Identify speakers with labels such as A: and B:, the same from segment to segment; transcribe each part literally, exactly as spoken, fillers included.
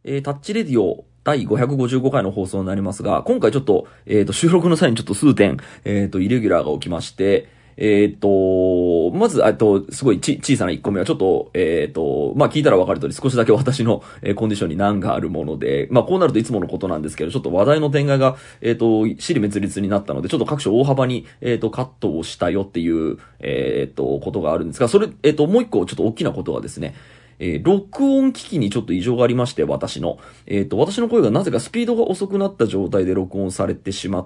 A: えー、タッチレディオだいごひゃくごじゅうごかいの放送になりますが、今回ちょっと、えっと、収録の際にちょっと数点、えっと、イレギュラーが起きまして、えっと、まず、えっと、すごいち小さないっこめはちょっと、えっと、まあ、聞いたらわかる通り少しだけ私の、えー、コンディションに難があるもので、まあ、こうなるといつものことなんですけど、ちょっと話題の展開が、えっと、尻滅裂になったので、ちょっと各所大幅に、えっと、カットをしたよっていう、えっと、ことがあるんですが、それ、えっと、もう一個ちょっと大きなことはですね、えー、録音機器にちょっと異常がありまして、私の。えっと、私の声がなぜかスピードが遅くなった状態で録音されてしまって、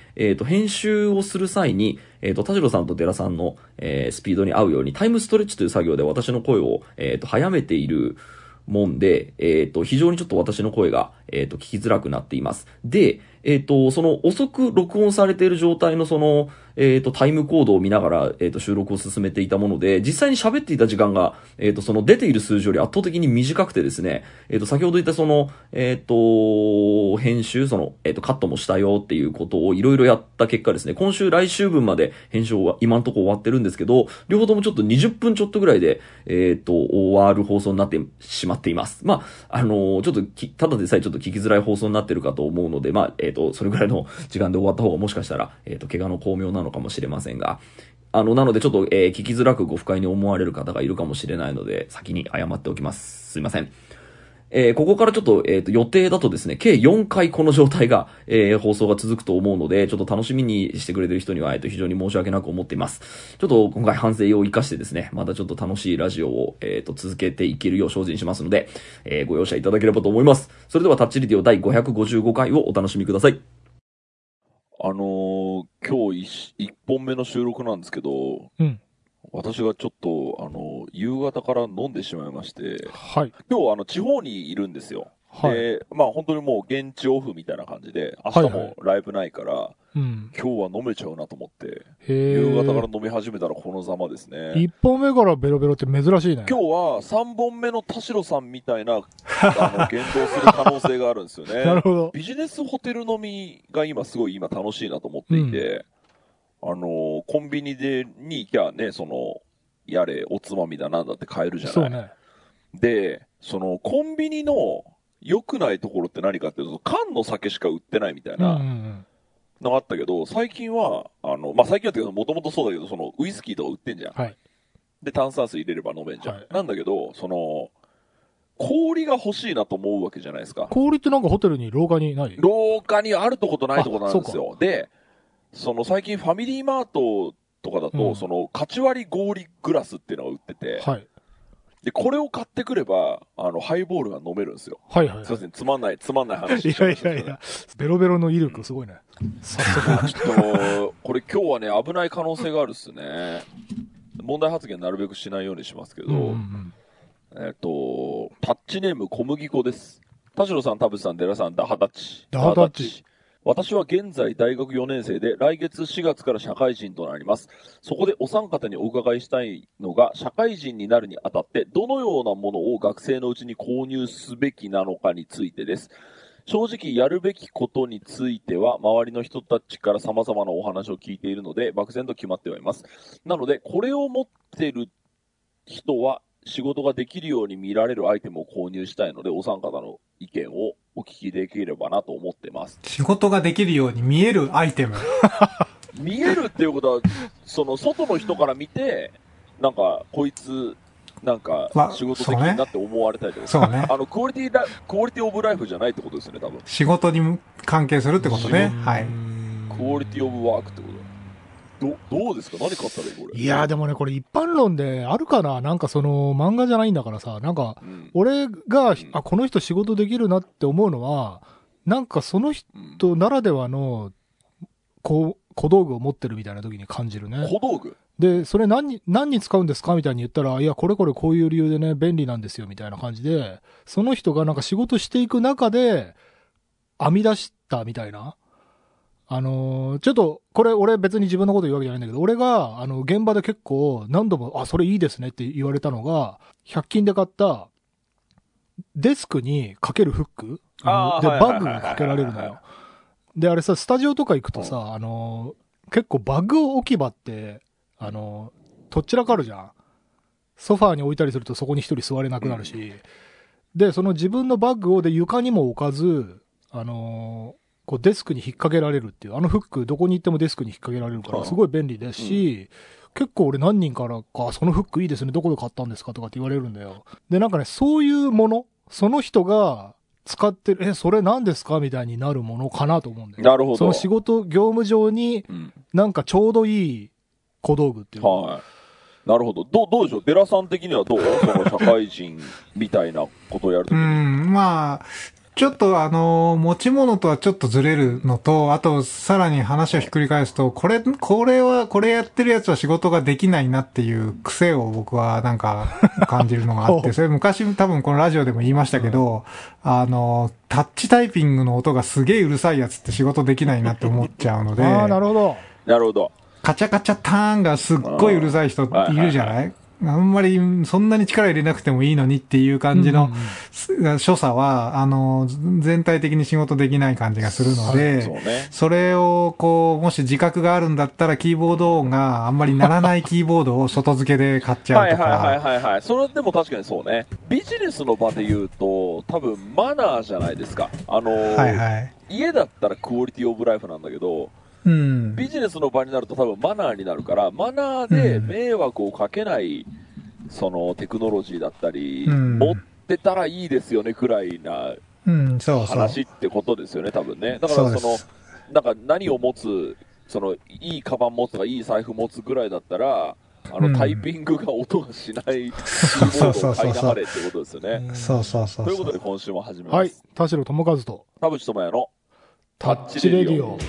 A: えっと、編集をする際に、えっと、田代さんと寺さんの、えー、スピードに合うようにタイムストレッチという作業で私の声を、えっと、早めているもんで、えっと、非常にちょっと私の声が、えっと、聞きづらくなっています。で、えっと、その遅く録音されている状態のその、えっと、タイムコードを見ながら、えっと、収録を進めていたもので、実際に喋っていた時間が、えっと、その出ている数字より圧倒的に短くてですね、えっと、先ほど言ったその、えっと、編集、その、えっと、カットもしたよっていうことをいろいろやった結果ですね、今週来週分まで編集は今のところ終わってるんですけど、両方ともちょっとにじゅっぷんちょっとぐらいで、えっと、終わる放送になってしまっています。まあ、あのー、ちょっとき、ただでさえちょっと聞きづらい放送になってるかと思うので、まあ、えっと、それぐらいの時間で終わった方がもしかしたら、えっと、怪我の巧妙なのかもしれませんが、あの、なのでちょっと、えー、聞きづらくご不快に思われる方がいるかもしれないので、先に謝っておきます。すいません。えー、ここからちょっと、えっと、予定だとですね、計よんかいこの状態が、えー、放送が続くと思うので、ちょっと楽しみにしてくれてる人には、えっと、非常に申し訳なく思っています。ちょっと今回反省を生かしてですね、またちょっと楽しいラジオを、えっと、続けていけるよう精進しますので、えー、ご容赦いただければと思います。それでは、タッチレディオだいごひゃくごじゅうごかいをお楽しみください。
B: あのー、今日いっぽんめの収録なんですけど、
C: うん、
B: 私がちょっと、あのー、夕方から飲んでしまいまして、
C: はい、
B: 今日あの地方にいるんですよ。
C: はい、
B: で、まあ本当にもう現地オフみたいな感じで、明日もライブないから、はいはい、うん、今日は飲めちゃうなと思って、夕方から飲み始めたらこのざまですね。
C: いっぽんめからベロベロって珍しいね。
B: 今日はさんぼんめの田代さんみたいな、あの、言動する可能性があるんですよね。
C: なるほど。
B: ビジネスホテル飲みが今すごい今楽しいなと思っていて、うん、あの、コンビニでに行きゃね、その、やれ、おつまみだなんだって買えるじゃない。そうね。で、その、コンビニの良くないところって何かっていうと、缶の酒しか売ってないみたいなのがあったけど、最近は、あの、まあ、最近はっていうか、もともとそうだけど、その、ウイスキーとか売ってんじゃん。はい。で、炭酸水入れれば飲めんじゃん。はい、なんだけど、その、氷が欲しいなと思うわけじゃないですか。
C: 氷ってなんかホテルに廊下にない？
B: 廊下にあるとことないとこなんですよ。で、その最近ファミリーマートとかだと、うん、その、カチ割り氷グラスっていうのが売ってて、はい。で、これを買ってくれば、あの、ハイボールが飲めるんですよ。はいはい、はい。すいません、つまんない、つまんない話しちゃいました、ね。いやいやいや、
C: ベロベロの威力すごいね。早
B: 速。ちょっと、これ今日はね、危ない可能性があるっすね。問題発言なるべくしないようにしますけど、うんうん、えっと、タッチネーム小麦粉です。田代さん、田淵さん、寺さん、ダハタッチ。
C: ダハタッチ。
B: 私は現在大学よねん生で来月しがつから社会人となります。そこでお三方にお伺いしたいのが、社会人になるにあたってどのようなものを学生のうちに購入すべきなのかについてです。正直やるべきことについては周りの人たちから様々なお話を聞いているので漠然と決まってはいます。なのでこれを持ってる人は仕事ができるように見られるアイテムを購入したいのでお三方の意見をお聞きできればなと思ってます。
D: 仕事ができるように見えるアイテム
B: 見えるっていうことはその外の人から見てなんかこいつなんか仕事的になって思われたいとか、
D: そうね。
B: あのクオリティラクオリティオブライフじゃないってことですよね多分。
D: 仕事に関係するってことね。はい。
B: クオリティオブワークってこと。ど, どうですか何買ったらいいこれ。
C: いやでもねこれ一般論であるかな。なんかその漫画じゃないんだからさ、なんか俺が、うん、あこの人仕事できるなって思うのはなんかその人ならではのこう小道具を持ってるみたいな時に感じるね。
B: 小道具
C: でそれ何に何に使うんですかみたいに言ったらいやこれこれこういう理由でね便利なんですよみたいな感じでその人がなんか仕事していく中で編み出したみたいな。あのー、ちょっと、これ俺別に自分のこと言うわけじゃないんだけど、俺が、あの、現場で結構何度も、あ、それいいですねって言われたのが、ひゃく均で買ったデスクにかけるフックあので、バッグがかけられるのよ。で、あれさ、スタジオとか行くとさ、あのー、結構バッグ置き場って、あのー、とっちらかるじゃん。ソファーに置いたりするとそこに一人座れなくなるし、 で、その自分のバッグをで床にも置かず、あのーこうデスクに引っ掛けられるっていう、あのフックどこに行ってもデスクに引っ掛けられるからすごい便利ですし、うん、結構俺何人からか、そのフックいいですね、どこで買ったんですかとかって言われるんだよ。で、なんかね、そういうもの、その人が使ってる、え、それ何ですかみたいになるものかなと思うんだよ。
B: なるほど。
C: その仕事、業務上に、なんかちょうどいい小道具っていう、
B: うん、はい。なるほど。どう、どうでしょう、デラさん的にはどうその社会人みたいなことをやるときに。
D: うん、まあ、ちょっとあの、持ち物とはちょっとずれるのと、あと、さらに話をひっくり返すと、これ、これは、これやってるやつは仕事ができないなっていう癖を僕はなんか感じるのがあって、それ昔多分このラジオでも言いましたけど、あの、タッチタイピングの音がすげえうるさいやつって仕事できないなって思っちゃうので、
C: ああ、なるほど。
B: なるほど。
D: カチャカチャターンがすっごいうるさい人いるじゃない？あんまりそんなに力入れなくてもいいのにっていう感じの所作は、あの、全体的に仕事できない感じがするので、
B: そうね、
D: それをこう、もし自覚があるんだったらキーボード音があんまりならないキーボードを外付けで買っちゃうとか。
B: はいはいはいはいはい。それでも確かにそうね。ビジネスの場で言うと、多分マナーじゃないですか。あのー、
D: はいはい、
B: 家だったらクオリティオブライフなんだけど、
D: うん、
B: ビジネスの場になると多分マナーになるから、マナーで迷惑をかけない、そのテクノロジーだったり、うん、持ってたらいいですよねくらいな話ってことですよね、多分ね。だからその、なんか何を持つ、そのいいカバン持つとかいい財布持つぐらいだったら、あのタイピングが音がしないキーボードを買いなはれってことですよね。
D: そうそうそう。
B: ということで今週も始めます。
C: はい、田代智和と
B: 田淵智也の
C: タッチレディオ。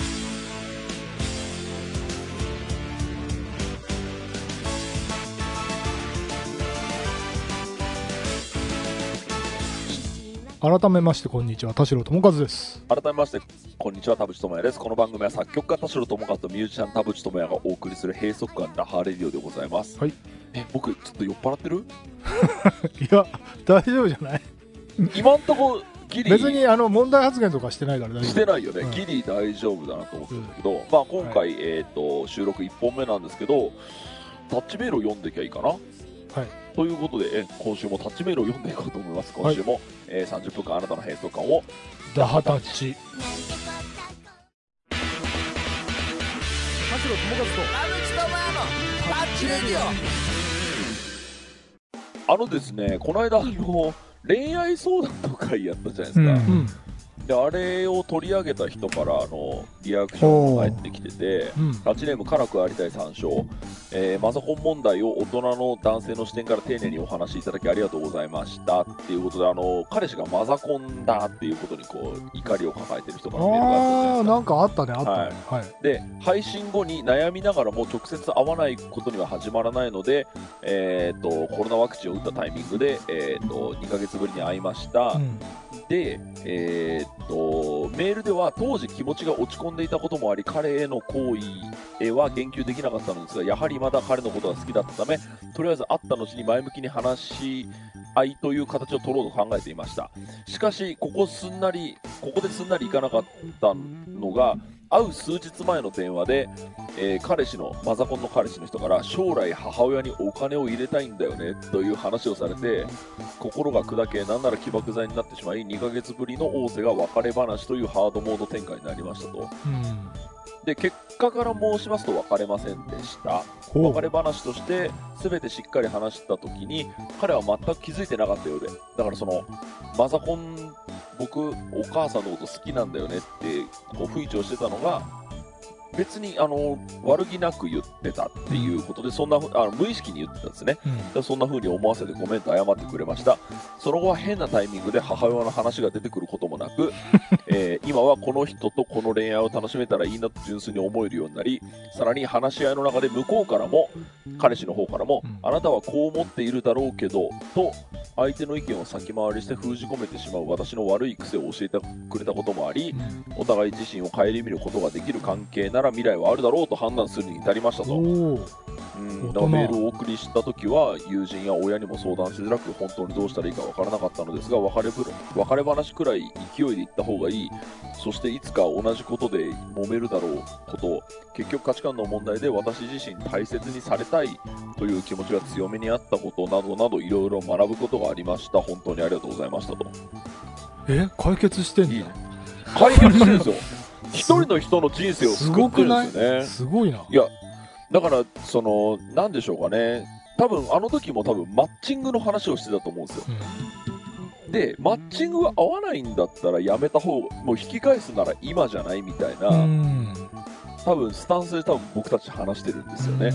C: 改めましてこんにちは、田代智和です。
B: 改めましてこんにちは、田淵智也です。この番組は作曲家田代智和とミュージシャン田淵智也がお送りする閉塞感ラハーレディオでございます。
C: はい。
B: え、僕ちょっと酔っ払ってる？
C: いや、大丈夫じゃない？
B: 今んとこギリ
C: 別にあの問題発言とかしてないから大丈夫。
B: してないよね、
C: うん、
B: ギリ大丈夫だなと思ってるんだけど、うん、まあ今回、はい、えっと収録いっぽんめなんですけど、タッチメールを読んできゃいいかな。
C: はい。
B: ということで、え今週もタッチメールを読んでいこうと思います。今週も、はい、えー、さんじゅっぷんかんあなたの閉塞感を
C: ダハタッチ。田代智和と
E: 田淵智也のタッチレディ
B: オ。あのですね、この間あの恋愛相談の会やったじゃないですか。うんうんであれを取り上げた人からあのリアクションが返ってきてて、ラチネーム辛くありたい参照、えー、マザコン問題を大人の男性の視点から丁寧にお話しいただきありがとうございましたっていうことで、あの彼氏がマザコンだっていうことにこう怒りを抱えてる人からメールがあったじゃないですか。
C: あーなんかあったね、あったね、
B: はいはい、で配信後に悩みながらも直接会わないことには始まらないので、えー、とコロナワクチンを打ったタイミングで、えー、とにかげつぶりに会いました、うん、で、えー、っとメールでは当時気持ちが落ち込んでいたこともあり彼への行為へは言及できなかったのですが、やはりまだ彼のことが好きだったためとりあえず会った後に前向きに話し合いという形を取ろうと考えていました。しかしここすんなりここですんなりいかなかったのが、会う数日前の電話で、えー、彼氏のマザコンの彼氏の人から将来母親にお金を入れたいんだよねという話をされて、心が砕けなんなら起爆剤になってしまいにかげつぶりの仰せが別れ話というハードモード展開になりましたと、うん、で結果から申しますと別れませんでした。別れ話として全てしっかり話した時に彼は全く気づいてなかったようで、だからそのマザコン僕お母さんのこと好きなんだよねってこう吹聴してたのが別にあの悪気なく言ってたっていうことで、そんなあの無意識に言ってたんですね、うん、そんな風に思わせてごめんと謝ってくれました。その後は変なタイミングで母親の話が出てくることもなく、えー、今はこの人とこの恋愛を楽しめたらいいなと純粋に思えるようになり、さらに話し合いの中で向こうからも彼氏の方からも、うん、あなたはこう思っているだろうけどと相手の意見を先回りして封じ込めてしまう私の悪い癖を教えてくれたこともあり、うん、お互い自身を顧みることができる関係なら未来はあるだろうと判断するに至りましたと。 うん、だ
C: 大人
B: からメールをお送りしたときは友人や親にも相談しづらく本当にどうしたらいいかわからなかったのですが、別れぶ別れ話くらい勢いで言った方がいい、そしていつか同じことで揉めるだろうこと、結局価値観の問題で私自身大切にされたいという気持ちが強めにあったことなどなどいろいろ学ぶことがありました。本当にありがとうございましたと。
C: え解決してんじゃん。
B: 解決してるんですよ。一人の人の人生を救ってるんですよね。
C: すごいな。
B: いやだからそのなんでしょうかね、多分あの時も多分マッチングの話をしてたと思うんですよ。
C: うん、
B: でマッチングが合わないんだったらやめた方が、もう引き返すなら今じゃないみたいな、
C: うん、
B: 多分スタンスで多分僕たち話してるんですよね。
C: うん、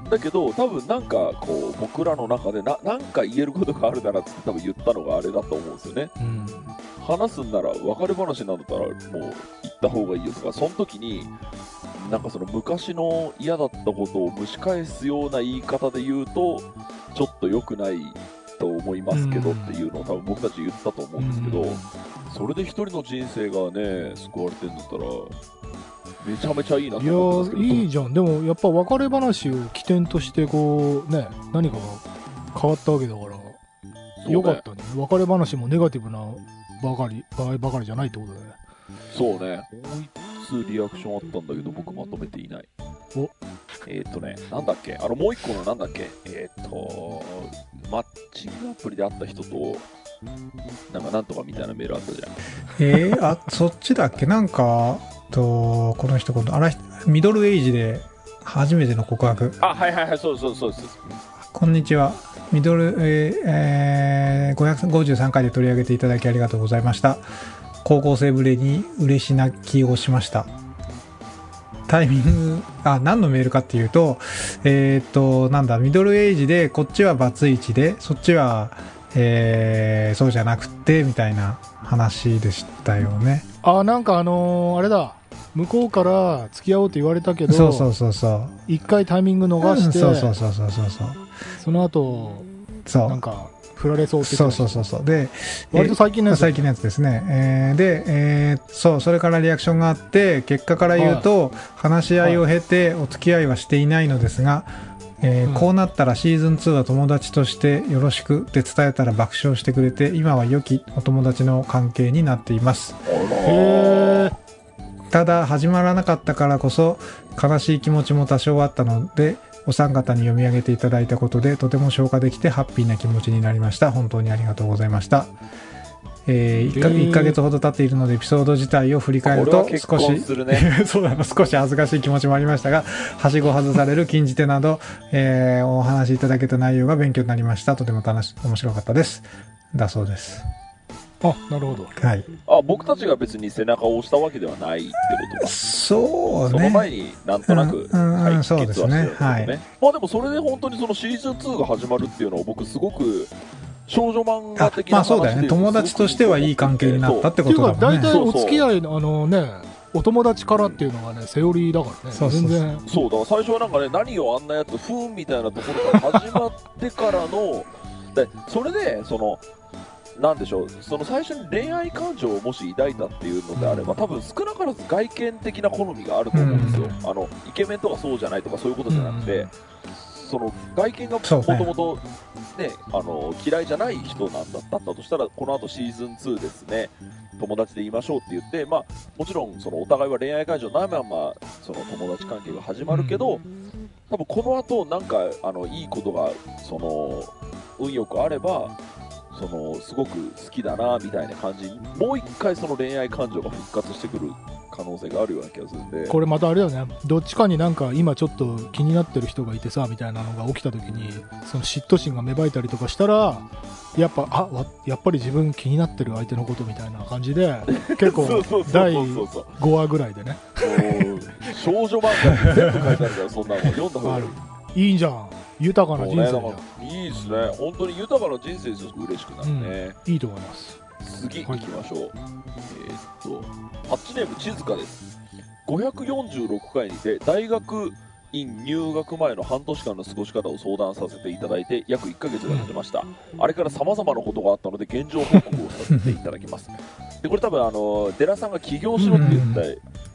B: だけど多分なんかこう僕らの中でななんか言えることがあるならっつって多分言ったのがあれだと思うんですよね。
C: うん、
B: 話すんなら別れ話なんだったらもう言った方がいいよとか、その時になんかその昔の嫌だったことを蒸し返すような言い方で言うとちょっと良くないと思いますけどっていうのを多分僕たち言ったと思うんですけど、それで一人の人生がね救われてるんだったらめちゃめちゃいいなと思ってますけど。
C: いやいいじゃん。でもやっぱ別れ話を起点としてこうね何かが変わったわけだから、
B: ね、
C: よかったね。別れ話もネガティブなばかり場合ばかりじゃないってことだね。
B: そうね。もう一つリアクションあったんだけど僕まとめていない。
C: お
B: えーっとね、なんだっけ、あのもう一個のなんだっけ、えーっとマッチングアプリで会った人となんかなんとかみたいなメールあったじゃん。
D: えー、あそっちだっけ。なんかとこの一言、あらミドルエイジで初めての告白。
B: あ、はいはいはい、そうそうそうです。
D: こんにちは。ミドル、えーえー、ごひゃくごじゅうさんかいで取り上げていただきありがとうございました。高校生ぶりに嬉し泣きをしました。タイミング、あ、何のメールかっていうと、えー、っと、なんだ、ミドルエイジで、こっちはバツイチで、そっちは、えー、そうじゃなくて、みたいな話でしたよね。
C: あ、なんかあのー、あれだ。向こうから付き合おうと言われたけど、
D: そうそうそうそう。
C: 一回タイミング逃して、
D: うん、そうそうそうそうそう。
C: その後、
D: そう。
C: なんか、振られそうって
D: そうそうそうそう。で、
C: 割と最近のやつ、
D: 最近のやつですね。えー、で、えー、そう、それからリアクションがあって、結果から言うと、はい、話し合いを経てお付き合いはしていないのですが、えーうん、こうなったらシーズンツーは友達としてよろしくって伝えたら爆笑してくれて、今は良きお友達の関係になっています。
C: へー。
D: ただ始まらなかったからこそ悲しい気持ちも多少あったので、お三方に読み上げていただいたことでとても消化できてハッピーな気持ちになりました。本当にありがとうございました。えー、1, かいっかげつほど経っているのでエピソード自体を振り返ると少し、ね、そうなの少し恥ずかしい気持ちもありましたが、はしご外される禁じ手など、えー、お話しいただけた内容が勉強になりました。とても楽し面白かったですだそうです。
C: あ、なるほど。
D: はい。
B: あ、僕たちが別に背中を押したわけではないってことか。
D: そうね。
B: その前になんとなく解決はしてるんですね。はい。まあでもそれで本当にそのシーズンツーが始まるっていうのは僕すごく少女漫画的な話で、
D: まあそうだよね。友達としてはいい関係になったってことだもんね。
C: っていうか大体お付き合いのあのね、お友達からっていうのがね、セオリーだからね。
D: そうそうそう。
C: 全然。
B: そうだから最初はなんかね、何をあんなやつふーんみたいなところから始まってからので、それでそのなんでしょう、その最初に恋愛感情をもし抱いたっていうのであれば、多分少なからず外見的な好みがあると思うんですよ、うん、あのイケメンとかそうじゃないとかそういうことじゃなくて、うん、その外見がもともと嫌いじゃない人なんだったとしたら、この後シーズンツーですね、友達で言いましょうって言って、まあ、もちろんそのお互いは恋愛感情ないままその友達関係が始まるけど、多分この後なんかあのいいことがその運よくあれば、そのすごく好きだなみたいな感じにもう一回その恋愛感情が復活してくる可能性があるような気がするんで、
C: これまたあれだよね、どっちかになんか今ちょっと気になってる人がいてさみたいなのが起きた時に、その嫉妬心が芽生えたりとかしたら、やっぱあやっぱり自分気になってる相手のことみたいな感じで結構だいごわぐらいでね
B: 少女漫画に全部書いてあるから、そんなの読んだ方がいい。
C: いいんじゃん、豊かな人生じゃん、ね、
B: いいですね、本当に豊かな人生ですごく嬉しくなるね、
C: うん、いいと思います。
B: 次行きましょう、はい、えー、っとハッチネーム静香です。ごひゃくよんじゅうろっかいにて大学院入学前の半年間の過ごし方を相談させていただいて約いっかげつが経ちました。あれから様々なことがあったので現状報告をさせていただきます。でこれ多分あのデラさんが起業しろって言った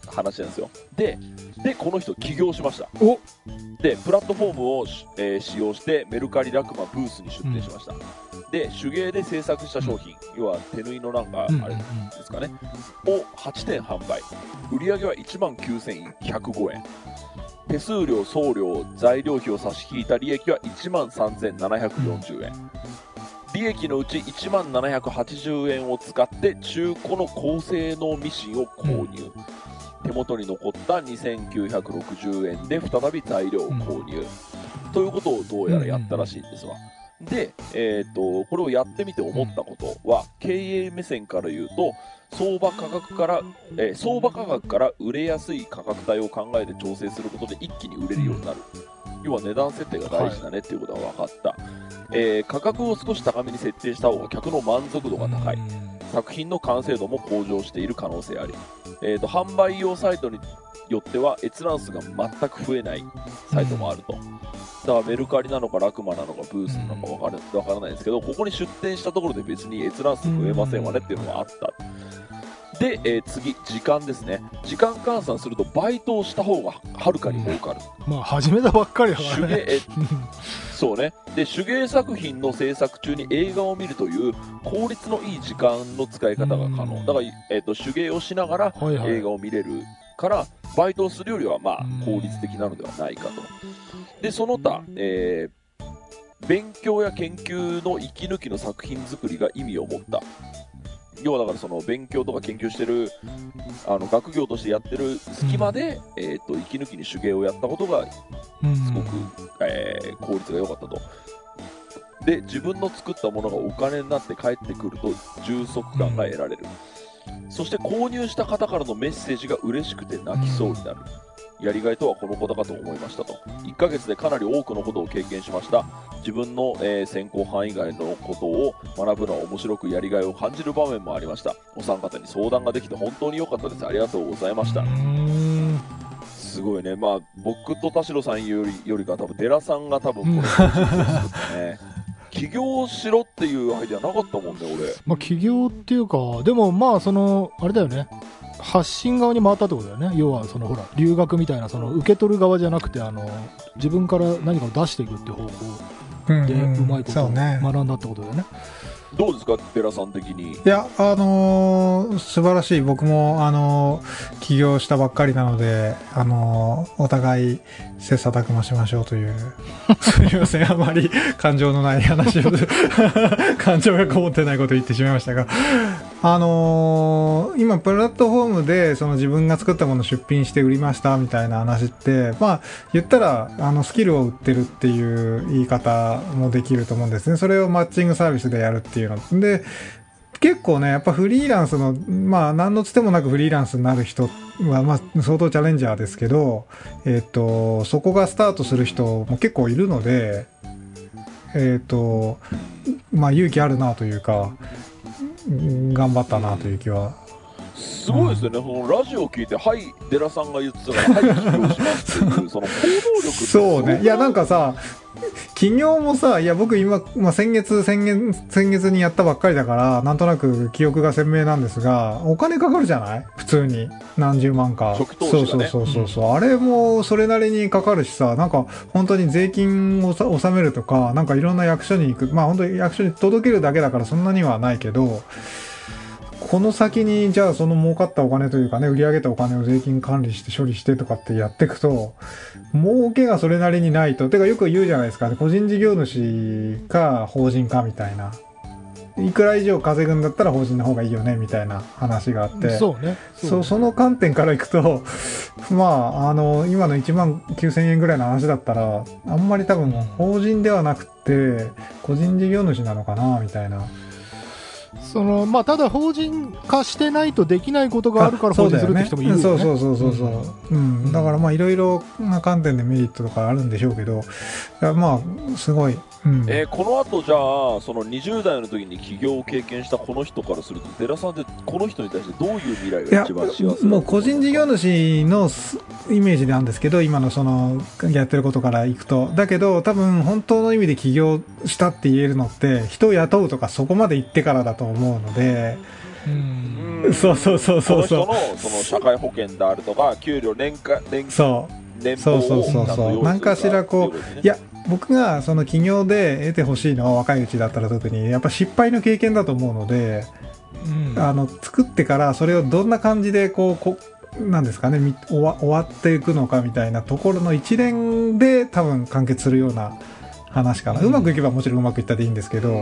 B: 話なんですよ。で、で、この人起業しました。
C: お
B: で、プラットフォームを、えー使用してメルカリラクマブースに出店しました。で、手芸で制作した商品、要は手縫いのなんか、
C: うん
B: あれですかね、をはちてん販売。売上はいちまんきゅうせんひゃくごえん。手数料、送料、材料費を差し引いた利益はいちまんさんぜんななひゃくよんじゅうえん。利益のうちいちまんななひゃくはちじゅうえんを使って中古の高性能ミシンを購入。手元に残ったにせんきゅうひゃくろくじゅうえんで再び材料を購入。ということをどうやらやったらしいんですわ。で、えー、とこれをやってみて思ったことは、経営目線から言うと、相場価格から、えー相場価格から売れやすい価格帯を考えて調整することで一気に売れるようになる。要は値段設定が大事だねっていうことが分かった。えー価格を少し高めに設定した方が客の満足度が高い。作品の完成度も向上している可能性あり。えー、と販売用サイトによっては閲覧数が全く増えないサイトもあると。だからメルカリなのかラクマなのかブースなのか分から分からないんですけど、ここに出店したところで別に閲覧数増えませんわねっていうのがあった。で、えー次、時間ですね。時間換算するとバイトをした方がはるかに儲かる。
C: まあ始めたばっかりだからね。
B: 手芸、えそうね。で、手芸作品の制作中に映画を見るという効率のいい時間の使い方が可能。だから、えー、と手芸をしながら
C: はいはい
B: 映画を見れるから、バイトをするよりはまあ
C: うん
B: 効率的なのではないかと。で、その他、えー勉強や研究の息抜きの作品作りが意味を持った。要はだからその勉強とか研究してるあの学業としてやってる隙間で、えー、と息抜きに手芸をやったことが
C: うん
B: すごく、えー効率が良かったと。で、自分の作ったものがお金になって帰ってくると充足感が得られる。そして購入した方からのメッセージが嬉しくて泣きそうになる。やりがいとはこのことかと思いましたと。いっかげつでかなり多くのことを経験しました。自分の、えー専攻範囲外のことを学ぶのは面白くやりがいを感じる場面もありました。お三方に相談ができて本当に良かったです。ありがとうございました。
C: うーん
B: すごいね。まあ、僕と田代さんよりよりか多分、寺さんが多分これ、ね、起業しろっていうアイデアなかったもんね、俺。
C: まあ起業っていうか、でもまあその、あれだよね。発信側に回ったってことだよね。要はそのほら、留学みたいな、その受け取る側じゃなくて、あの、自分から何かを出していくっていう方法
D: うん
C: で、うまいことを
D: そうね。
C: 学んだってことだよね。
B: どうですか、寺さん的に。
D: いや、あのー素晴らしい。僕も、あのー起業したばっかりなので、あのーお互い、切磋琢磨しましょうという、すみません、あまり感情のない話を、感情がこもってないことを言ってしまいましたが、あのー今、プラットフォームで、その自分が作ったものを出品して売りましたみたいな話って、まあ、言ったら、あの、スキルを売ってるっていう言い方もできると思うんですね。それをマッチングサービスでやるっていうの。で、結構ね、やっぱフリーランスの、まあ、何のつてもなくフリーランスになる人は、まあ、相当チャレンジャーですけど、えっと、そこがスタートする人も結構いるので、えっと、まあ、勇気あるなというか、頑張ったなという気は。
B: すごいですよね、そのラジオを聞いて、はい、寺さんが言ってたから、はい、起業しますっていう、その行動力って
D: そうね。いや、なんかさ、企業もさ、いや、僕今、まあ、先月、先月、先月にやったばっかりだから、なんとなく記憶が鮮明なんですが、お金かかるじゃない普通に。何十万か。
B: 初期投資がね
D: そうそうそうそう。うあれも、それなりにかかるしさ、なんか、本当に税金をさ納めるとか、なんかいろんな役所に行く。まあ、本当に役所に届けるだけだからそんなにはないけど、この先に、じゃあその儲かったお金というかね、売り上げたお金を税金管理して処理してとかってやっていくと、儲けがそれなりにないと。てかよく言うじゃないですか、ね、個人事業主か法人かみたいな。いくら以上稼ぐんだったら法人の方がいいよね、みたいな話があって。
C: そうね。
D: そ、その観点からいくと、まあ、あの、今のいちまんきゅうせんえんぐらいの話だったら、あんまり多分法人ではなくて、個人事業主なのかな、みたいな。
C: そのまあ、ただ法人化してないとできないことがあるから法人するって人もいるよね。
D: そうそうそうそうそう。うん。うん、だからまあいろいろな観点でメリットとかあるんでしょうけど、まあすごい。うん、
B: えー、この後じゃあそのにじゅう代の時に起業を経験したこの人からすると寺さんってこの人に対してどういう未来が一番幸せなの？
D: もう個人事業主のイメージなんですけど、今のそのやってることからいくと、だけど多分本当の意味で起業したって言えるのって人を雇うとかそこまで行ってからだと思うので、
C: うん
D: そうそうそうそうそう
B: この人のその社会保険であるとか給料年間年
D: そう
B: 年俸を
D: そうそうそうそう何かしらこういや僕がその企業で得てほしいのは若いうちだったら特にやっぱ失敗の経験だと思うので、
C: うん、
D: あの作ってからそれをどんな感じでこうこなんですかねみ終わ終わっていくのかみたいなところの一連で多分完結するような話かな、うん、うまくいけばもちろんうまくいったでいいんですけど、うん
C: うん、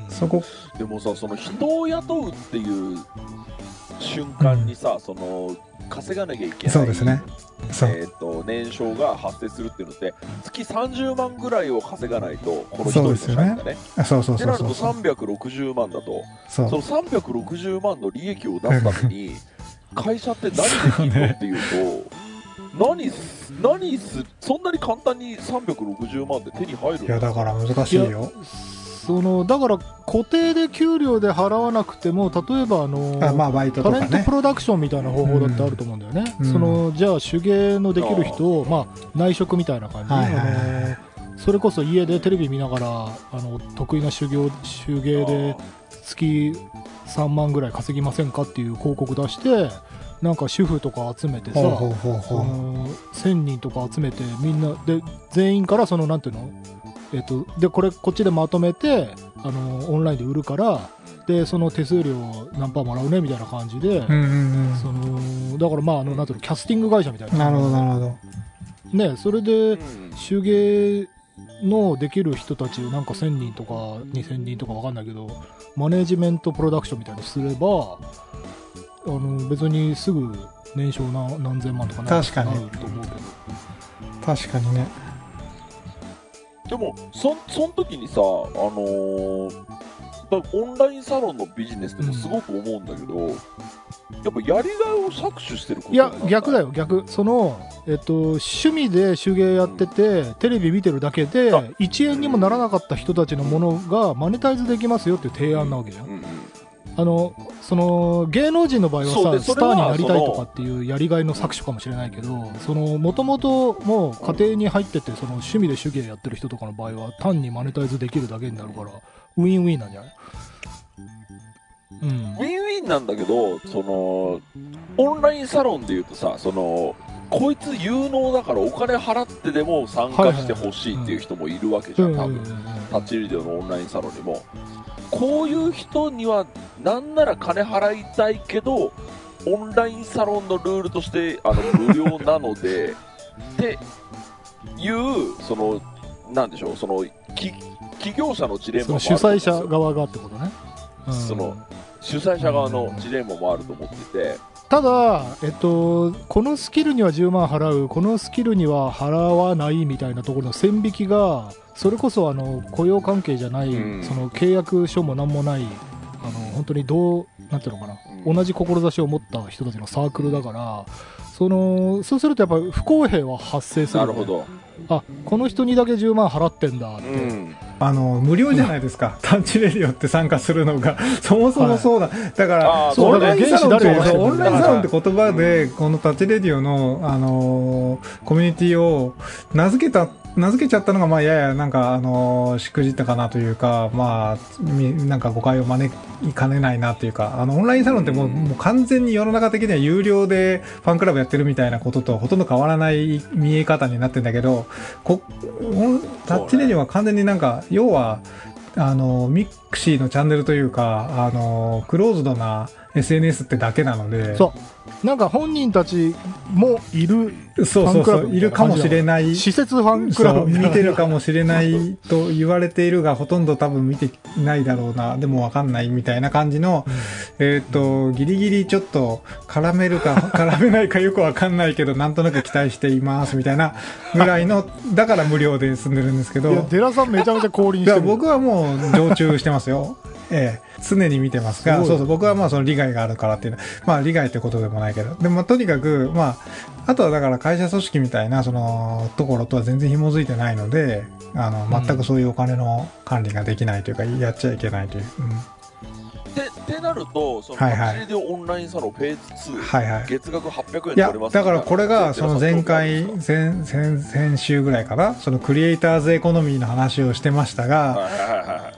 D: そこ
B: でもさその人を雇うっていう瞬間にさ、うん、その稼がなきゃいけない
D: そうですねそう
B: えー、と年商が発生するっていうのって月さんじゅうまんぐらいを稼がないとこの一人の社員がね
D: そうそうそうそう
B: ってなるとさんびゃくろくじゅうまんだと
D: そ
B: そのさんびゃくろくじゅうまんの利益を出すために会社って何できるのっていうと何す何すそんなに簡単にさんびゃくろくじゅうまんで手に入るの？
D: いやだから難しいよ。
C: そのだから固定で給料で払わなくても例えばあの
D: あ、まあ、バイトとかね、
C: タレントプロダクションみたいな方法だってあると思うんだよね、
D: うん、
C: そのじゃあ手芸のできる人を、まあ、内職みたいな感じ、はいはいはい、あのそれこそ家でテレビ見ながらあの得意な手業手芸で月さんまんぐらい稼ぎませんかっていう広告出してなんか主婦とか集めてさせんにんとか集めてみんなで全員からそのなんていうのえっと、でこれこっちでまとめてあのオンラインで売るからでその手数料何パーもらうねみたいな感じで、うんうんうん、そのだからまああのなんていうのキャスティング会社みたいな
D: なるほどなるほど
C: ねそれで手芸のできる人たちなんかせんにんとかにせんにんとかわかんないけどマネジメントプロダクションみたいにすればあの別にすぐ年商何何千万とかなると思うけど
D: 確かにね
B: でもそその時にさ、あのー、オンラインサロンのビジネスでもすごく思うんだけど、うん、やっぱやりがいを搾取してること
C: いや逆だよ逆その、えっと、趣味で手芸やってて、うん、テレビ見てるだけでいちえんにもならなかった人たちのものがマネタイズできますよっていう提案なわけじゃん、うんうんうん、あのその芸能人の場合はさスターになりたいとかっていうやりがいの搾取かもしれないけどもともともう家庭に入っててその趣味で手芸やってる人とかの場合は単にマネタイズできるだけになるからウィンウィンなんじゃない、
B: うん、ウィンウィンなんだけどそのオンラインサロンでいうとさそのこいつ有能だからお金払ってでも参加してほしいっていう人もいるわけじゃん多分タッチリデオのオンラインサロンにもこういう人にはなんなら金払いたいけどオンラインサロンのルールとしてあの無料なのでっていうそのなんでしょうそのき企業者のジレンマもあると思うんですよ。
C: 主催者側がってことね、
B: うん、その主催者側のジレンマもあると思ってて
C: ただ、えっと、このスキルにはじゅうまん払うこのスキルには払わないみたいなところの線引きがそれこそあの雇用関係じゃない、うん、その契約書も何もないあの本当にどうなんていうのかな、うん、同じ志を持った人たちのサークルだからそのそうするとやっぱり不公平は発生する、ね、
B: なるほど
C: あこの人にだけじゅうまん払ってんだって、うん、
D: あの無料じゃないですか、うん、タッチレディオって参加するのがそもそもそうだ、はい、だからオンラインサロンってオンラインサロンって言葉でこのタッチレディオの、あのー、コミュニティを名付けた名付けちゃったのがまあややなんかあのしくじったかなというかまあなんか誤解を招きかねないなというかあのオンラインサロンってもう、うん、もう完全に世の中的には有料でファンクラブやってるみたいなこととほとんど変わらない見え方になってるんだけどこタッチレディオは完全になんか要はあのミクシーのチャンネルというかあのクローズドな エスエヌエス ってだけなので
C: そうなんか本人たちもいる
D: そうそうそういるかもしれない
C: 施設ファンクラブ
D: 見てるかもしれないと言われているがほとんど多分見てないだろうなでもわかんないみたいな感じの、うん、えっとギリギリちょっと絡めるか絡めないかよくわかんないけどなんとなく期待していますみたいなぐらいのだから無料で住んでるんですけどいや
C: 寺さんめちゃめちゃ降臨してる
D: 僕はもう常駐してますよええ、常に見てますが、そうそう、僕はまあその利害があるからっていうのは、まあ利害ってことでもないけど、でもとにかく、まあ、あとはだから会社組織みたいなそのところとは全然紐づいてないので、あの、全くそういうお金の管理ができないというか、やっちゃいけないという。うん
B: でってなると、そのタッチレディオオンラインサロンフェーズツー、はいはい、月額はっぴゃくえんで取れます
D: から、いや、だからこれが、その前回、前、先、先週ぐらいかな、そのクリエイターズエコノミーの話をしてましたが、はいはいはいはい、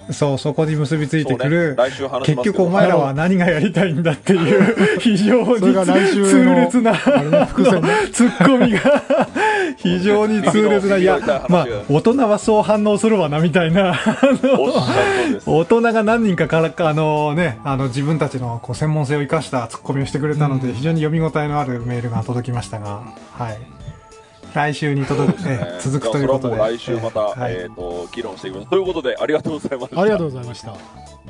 D: そう、そこに結びついてくる、
B: そうね来週話しますけど
D: 結局お前らは何がやりたいんだっていう、非常に
C: それが来週の
D: 痛烈な、
C: あれね伏線ね
D: ツッコミが、非常に痛烈な、いや、まあ、大人はそう反応するわな、みたいな、
B: おっしゃる通りです。
D: 大人が何人かからか、あのね、あの、自分たちのこう専門性を生かしたツッコミをしてくれたので、非常に読み応えのあるメールが届きましたが、はい。来週に届く、え続くということで。
B: じゃあそれはもう来週また、
D: はい
B: えっ、と、議論していきます。ということで、ありがとうございました。
C: ありがとうございました。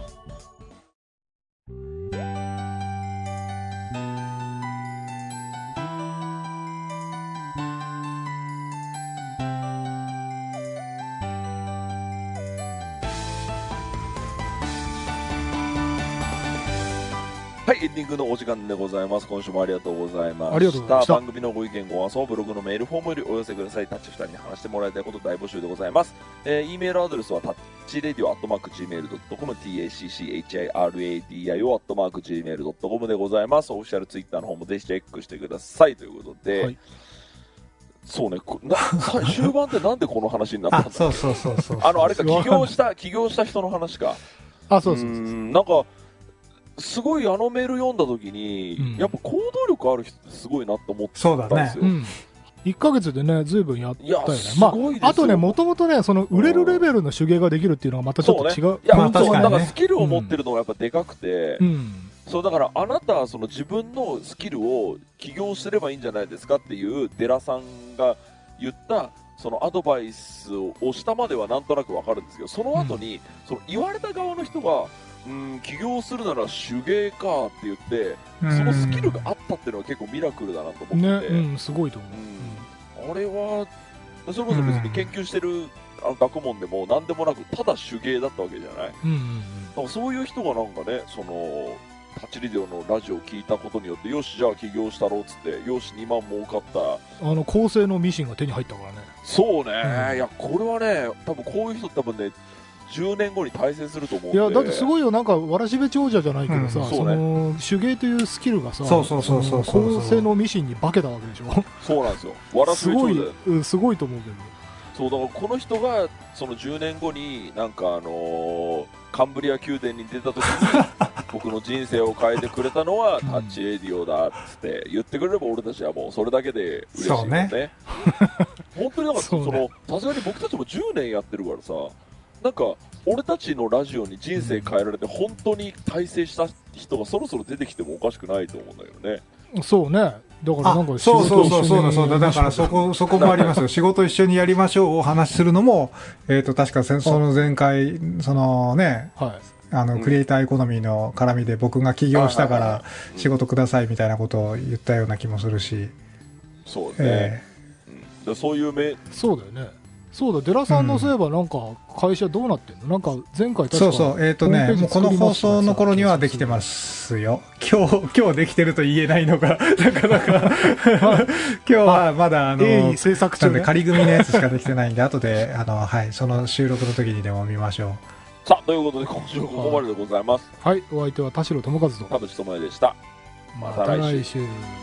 B: はい、エンディングのお時間でございます。今週もありがとうございました。
C: ありがとうございました
B: 番組のご意見、ご感想、ブログのメールフォームよりお寄せください。タッチふたりに話してもらいたいこと大募集でございます。えー、E メールアドレスはタッチレディオアットマーク ジーメールドットコム、タッチレディオアットマーク ジーメールドットコム でございます。オフィシャルツイッターの方もぜひチェックしてください。ということで、
C: はい、
B: そうね、こなさ終盤ってなんでこの話になったんだ
D: あ、そうそうそうそう。
B: あの、あれか、起業した、起業した人の話か。
C: あ、そうそうそう。
B: んなんか、すごいあのメール読んだ時に、
C: うん
B: やっぱ行動力ある人ってすごいなと思った
D: そうだね
B: んですよ。
C: うん。いっかげつでね、ずいぶんやったよね
B: いや。す
C: ま
B: ごいですよ
C: あ、あとね、もともとね、その、売れるレベルの手芸ができるっていうのがまたちょっと違う。
B: いや、
D: まあ確かにね
B: そうだからスキルを持ってるのがやっぱでかくて、
C: うん。
B: そうだからあなたはその自分のスキルを起業すればいいんじゃないですかっていうデラさんが言ったそのアドバイスをしたまではなんとなくわかるんですけど、その後に、その言われた側の人が、うん、起業するなら手芸かって言って、そのスキルがあったっていうのは結構ミラクルだなと思
C: ね、
B: ってて、
C: うん、すごいと思う。
B: うんあれは、それこそ別に研究してるあの学問でも何でもなく、ただ手芸だったわけじゃない。
C: うん。うんうん
B: だからそういう人がなんかね、その、タッチリデオのラジオを聞いたことによって、よし、じゃあ起業したろうっつって、よし、にまん儲かった。
C: うん。あの、高性能ミシンが手に入ったからね。
B: そうね、
C: うん
B: いや、これはね、多分こういう人多分ね、じゅうねんごに大成すると思うんで。
C: いや、だってすごいよ、なんか、わらしべ長者じゃないけどさ、
D: うん
C: そ
B: そうね
C: の、手芸というスキルがさ、
D: そうそうそうそうそう
C: の高性能ミシンに化けたわけでしょ。
B: そうなんですよ。わらし
C: すごい
B: べ長者。、
C: うん、すごいと思うけど。
B: そう、だからこの人が、そのじゅうねんごに、なんかあのーカンブリア宮殿に出た時に、僕の人生を変えてくれたのは、
C: うん
B: タッチレディオだっつって言ってくれれば、俺たちはもうそれだけで嬉しいよ
D: そう
B: ね。
D: ね
B: 本当になんか、
C: そね
B: そうの、さすがに僕たちもじゅうねんやってるからさ、なんか、俺たちのラジオに人生変えられて、本当に大成した人がそろそろ出てきてもおかしくないと思うんだけどね。
C: そうね。だからなんか
D: あそうそうそうそうだそうだ。だから
C: そ
D: そこ、そこもありますよ。仕事一緒にやりましょうをお話しするのも、えっと、確かせその前回、そのね、
C: はい。
D: あの、クリエイターエコノミーの絡みで僕が起業したから
B: はいはいはい
D: 仕事くださいみたいなことを言ったような気もするし、
B: そうですね。
D: え
B: うんでそういうめ、
C: そうだよね。そうだ、デラさんのそういえばなんか会社どうなってんの、なんか前回確か
D: そうそう、えっとね、
C: ホームページ
D: もうこの放
C: 作りました
D: 送の頃にはできてますよ。今日、今日できてると言えないのが、なかなか、今日はまだあの、
C: 鋭意制作中ね
D: なんで仮組みのやつしかできてないんで、後で、あの、はい、その収録の時にでも見ましょう。
B: さあ、ということで今週はここまででございます。
C: はい、お相手は田代智和と
B: 田淵智也でした。
C: また
B: また来週
C: 来週。